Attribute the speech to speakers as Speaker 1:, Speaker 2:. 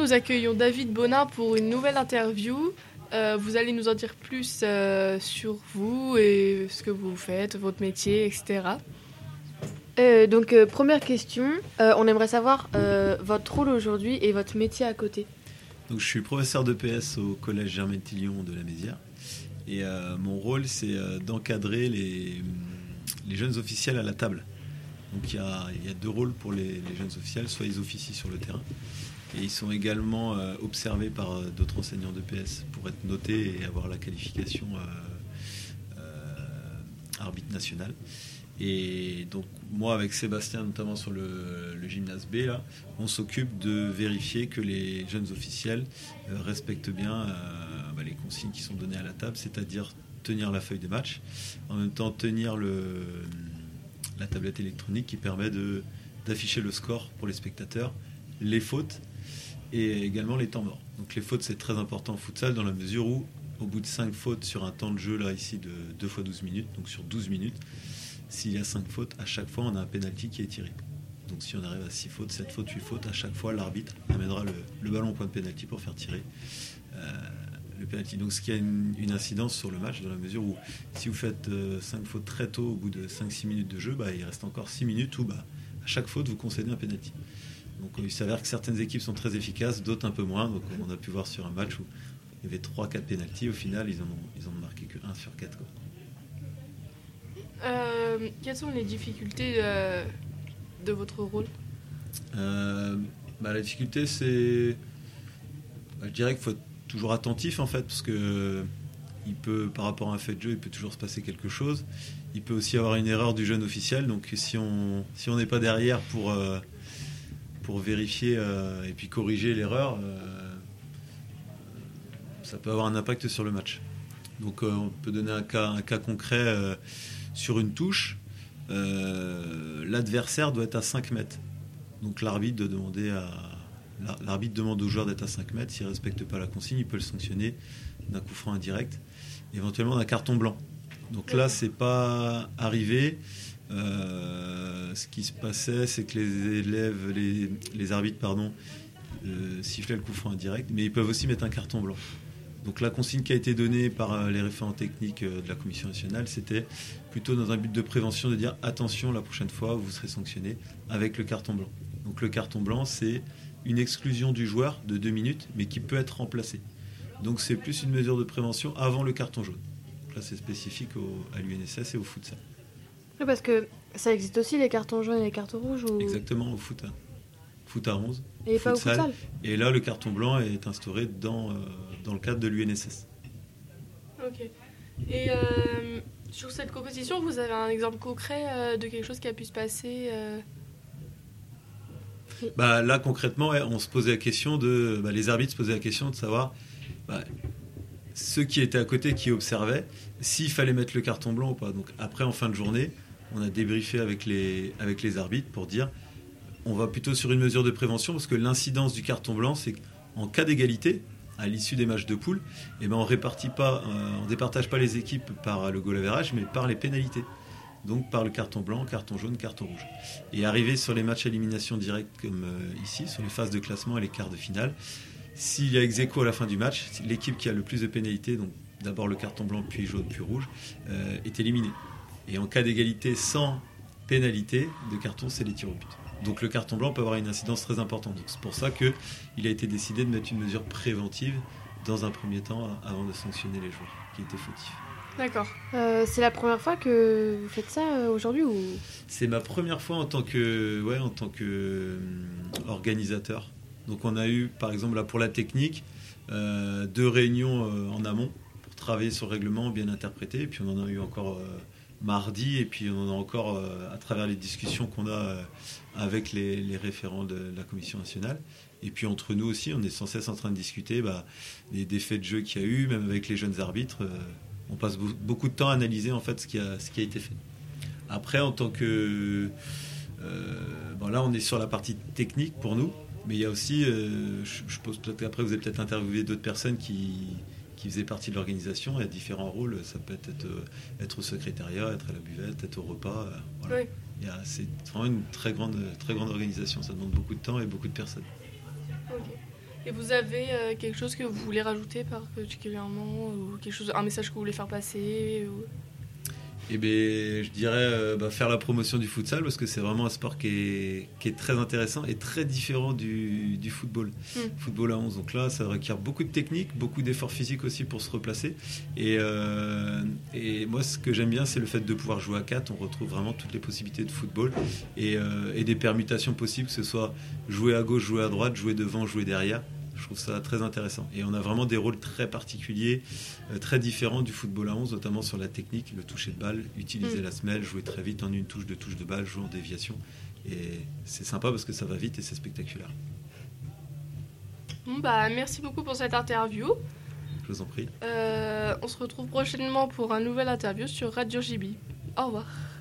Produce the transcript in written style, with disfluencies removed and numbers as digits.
Speaker 1: nous accueillons David Bonin pour une nouvelle interview. Vous allez nous en dire plus sur vous et ce que vous faites, votre métier, etc.
Speaker 2: Donc, première question, on aimerait savoir votre rôle aujourd'hui et votre métier à côté.
Speaker 3: Donc, je suis professeur d'EPS au collège Germaine Tillion de la Mézières. Et mon rôle, c'est d'encadrer les jeunes officiels à la table. Donc il y a deux rôles pour les jeunes officiels, soit ils officient sur le terrain, et ils sont également observés par d'autres enseignants d'EPS pour être notés et avoir la qualification arbitre national. Et donc moi avec Sébastien, notamment sur le gymnase B, là, on s'occupe de vérifier que les jeunes officiels respectent bien les consignes qui sont données à la table, c'est-à-dire tenir la feuille de match, en même temps tenir la tablette électronique qui permet d'afficher le score pour les spectateurs, les fautes et également les temps morts. Donc les fautes, c'est très important en futsal dans la mesure où au bout de 5 fautes sur un temps de jeu là ici de 2 fois 12 minutes, donc sur 12 minutes, s'il y a 5 fautes, à chaque fois on a un penalty qui est tiré. Donc si on arrive à 6 fautes, 7 fautes, 8 fautes, à chaque fois l'arbitre amènera le ballon au point de penalty pour faire tirer le penalty. Donc ce qui a une incidence sur le match dans la mesure où si vous faites 5 fautes très tôt au bout de 5-6 minutes de jeu, il reste encore 6 minutes où à chaque faute vous concédez un penalty. Donc il s'avère que certaines équipes sont très efficaces, d'autres un peu moins. Donc on a pu voir sur un match où il y avait 3-4 penalties, au final ils en ont marqué que 1 sur 4 quoi.
Speaker 1: Quelles sont les difficultés de votre rôle ?
Speaker 3: La difficulté c'est, je dirais qu'il faut être toujours attentif en fait, parce que il peut, par rapport à un fait de jeu, il peut toujours se passer quelque chose. Il peut aussi avoir une erreur du jeune officiel, donc si on n'est pas derrière pour vérifier et puis corriger l'erreur, ça peut avoir un impact sur le match. Donc on peut donner un cas concret sur une touche. L'adversaire doit être à 5 mètres. Donc l'arbitre demande au joueur d'être à 5 mètres. S'il ne respecte pas la consigne, il peut le sanctionner d'un coup franc indirect, éventuellement d'un carton blanc. Donc là, c'est pas arrivé. Ce qui se passait, c'est que les arbitres, sifflaient le coup franc indirect, mais ils peuvent aussi mettre un carton blanc. Donc la consigne qui a été donnée par les référents techniques de la Commission nationale, c'était plutôt dans un but de prévention de dire attention, la prochaine fois, vous serez sanctionné avec le carton blanc. Donc le carton blanc, c'est une exclusion du joueur de 2 minutes, mais qui peut être remplacée. Donc c'est plus une mesure de prévention avant le carton jaune. Donc là, c'est spécifique à l'UNSS et au futsal.
Speaker 2: Oui, parce que ça existe aussi, les cartons jaunes et les cartons rouges ou...
Speaker 3: Exactement, au foot à 11.
Speaker 2: Et pas au futsal.
Speaker 3: Et là, le carton blanc est instauré dans le cadre de l'UNSS.
Speaker 1: Ok. Et sur cette compétition, vous avez un exemple concret de quelque chose qui a pu se passer
Speaker 3: Là, concrètement, on se posait la question les arbitres se posaient la question de savoir ceux qui étaient à côté, qui observaient, s'il fallait mettre le carton blanc ou pas. Donc après, en fin de journée, on a débriefé avec les arbitres pour dire on va plutôt sur une mesure de prévention, parce que l'incidence du carton blanc, c'est qu'en cas d'égalité, à l'issue des matchs de poule, on ne départage pas les équipes par le goal average, mais par les pénalités. Donc par le carton blanc, carton jaune, carton rouge. Et arrivé sur les matchs à élimination directe comme ici, sur les phases de classement et les quarts de finale, s'il y a ex-aequo à la fin du match, l'équipe qui a le plus de pénalités, donc d'abord le carton blanc, puis jaune, puis rouge, est éliminée. Et en cas d'égalité sans pénalité de carton, c'est les tirs au but. Donc le carton blanc peut avoir une incidence très importante. Donc c'est pour ça qu'il a été décidé de mettre une mesure préventive dans un premier temps avant de sanctionner les joueurs qui étaient fautifs.
Speaker 1: D'accord.
Speaker 2: C'est la première fois que vous faites ça aujourd'hui ou...
Speaker 3: C'est ma première fois en tant que organisateur. Donc on a eu, par exemple, là, pour la technique, 2 réunions en amont pour travailler sur le règlement bien interprété. Et puis on en a eu encore mardi, et puis on en a encore à travers les discussions qu'on a avec les référents de la Commission nationale. Et puis entre nous aussi, on est sans cesse en train de discuter des faits de jeu qu'il y a eu, même avec les jeunes arbitres. On passe beaucoup de temps à analyser en fait ce qui a été fait. Après, en tant que... là, on est sur la partie technique pour nous, mais il y a aussi, je pose peut-être après, vous avez peut-être interviewé d'autres personnes qui faisaient partie de l'organisation. Il y a différents rôles, ça peut être au secrétariat, être à la buvette, être au repas. Voilà. Oui. C'est vraiment une très grande organisation, ça demande beaucoup de temps et beaucoup de personnes.
Speaker 1: Okay. Et vous avez quelque chose que vous voulez rajouter particulièrement, ou un message que vous voulez faire passer
Speaker 3: Eh bien, je dirais faire la promotion du futsal parce que c'est vraiment un sport qui est très intéressant et très différent du football. Football à 11. Donc là, ça requiert beaucoup de technique, beaucoup d'efforts physiques aussi pour se replacer. Et moi, ce que j'aime bien, c'est le fait de pouvoir jouer à 4. On retrouve vraiment toutes les possibilités de football et des permutations possibles, que ce soit jouer à gauche, jouer à droite, jouer devant, jouer derrière. Je trouve ça très intéressant. Et on a vraiment des rôles très particuliers, très différents du football à 11, notamment sur la technique, le toucher de balle, utiliser la semelle, jouer très vite en une touche, deux touches de balle, jouer en déviation. Et c'est sympa parce que ça va vite et c'est spectaculaire.
Speaker 1: Bon, merci beaucoup pour cette interview.
Speaker 3: Je vous en prie.
Speaker 1: On se retrouve prochainement pour un nouvel interview sur Radio JB. Au revoir.